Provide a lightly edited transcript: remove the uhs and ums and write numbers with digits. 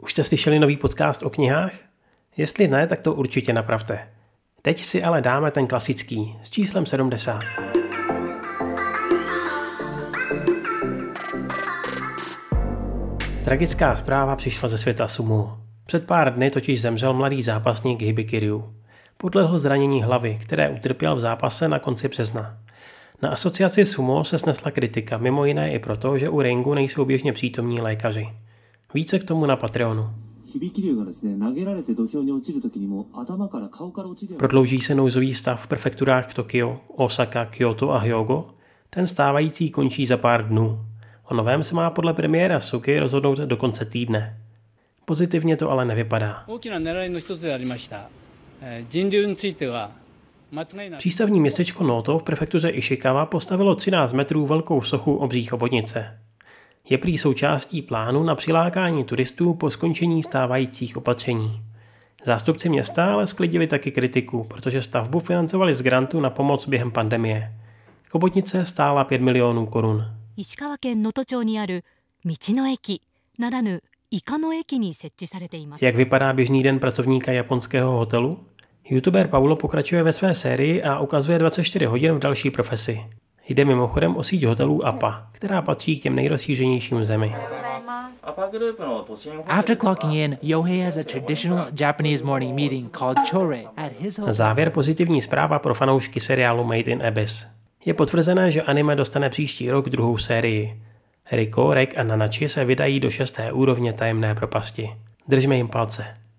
Už jste slyšeli nový podcast o knihách? Jestli ne, tak to určitě napravte. Teď si ale dáme ten klasický s číslem 70. Tragická zpráva přišla ze světa sumo. Před pár dny totiž zemřel mladý zápasník Hibikiryu. Podlehl zranění hlavy, které utrpěl v zápase na konci března. Na asociaci sumo se snesla kritika, mimo jiné i proto, že u ringu nejsou běžně přítomní lékaři. Více k tomu na Patreonu. Prodlouží se nouzový stav v prefekturách Tokio, Osaka, Kyoto a Hyogo. Ten stávající končí za pár dnů. O novém se má podle premiéra Suki rozhodnout do konce týdne. Pozitivně to ale nevypadá. Přístavní městečko Noto v prefektuře Ishikawa postavilo 13 metrů velkou sochu obří chobotnice. Je prý součástí plánu na přilákání turistů po skončení stávajících opatření. Zástupci města ale sklidili taky kritiku, protože stavbu financovali z grantu na pomoc během pandemie. Chobotnice stála 5 milionů korun. Jak vypadá běžný den pracovníka japonského hotelu? YouTuber Paulo pokračuje ve své sérii a ukazuje 24 hodin v další profesi. Jde mimochodem o síť hotelů APA, která patří k těm nejrozšířenějším v zemi. After clocking in, Yohei has a traditional Japanese morning meeting called chore at his hotel. Na závěr pozitivní zpráva pro fanoušky seriálu Made in Abyss. Je potvrzené, že anime dostane příští rok druhou sérii. Riko, Rek a Nanachi se vydají do 6. úrovně tajemné propasti. Držme jim palce.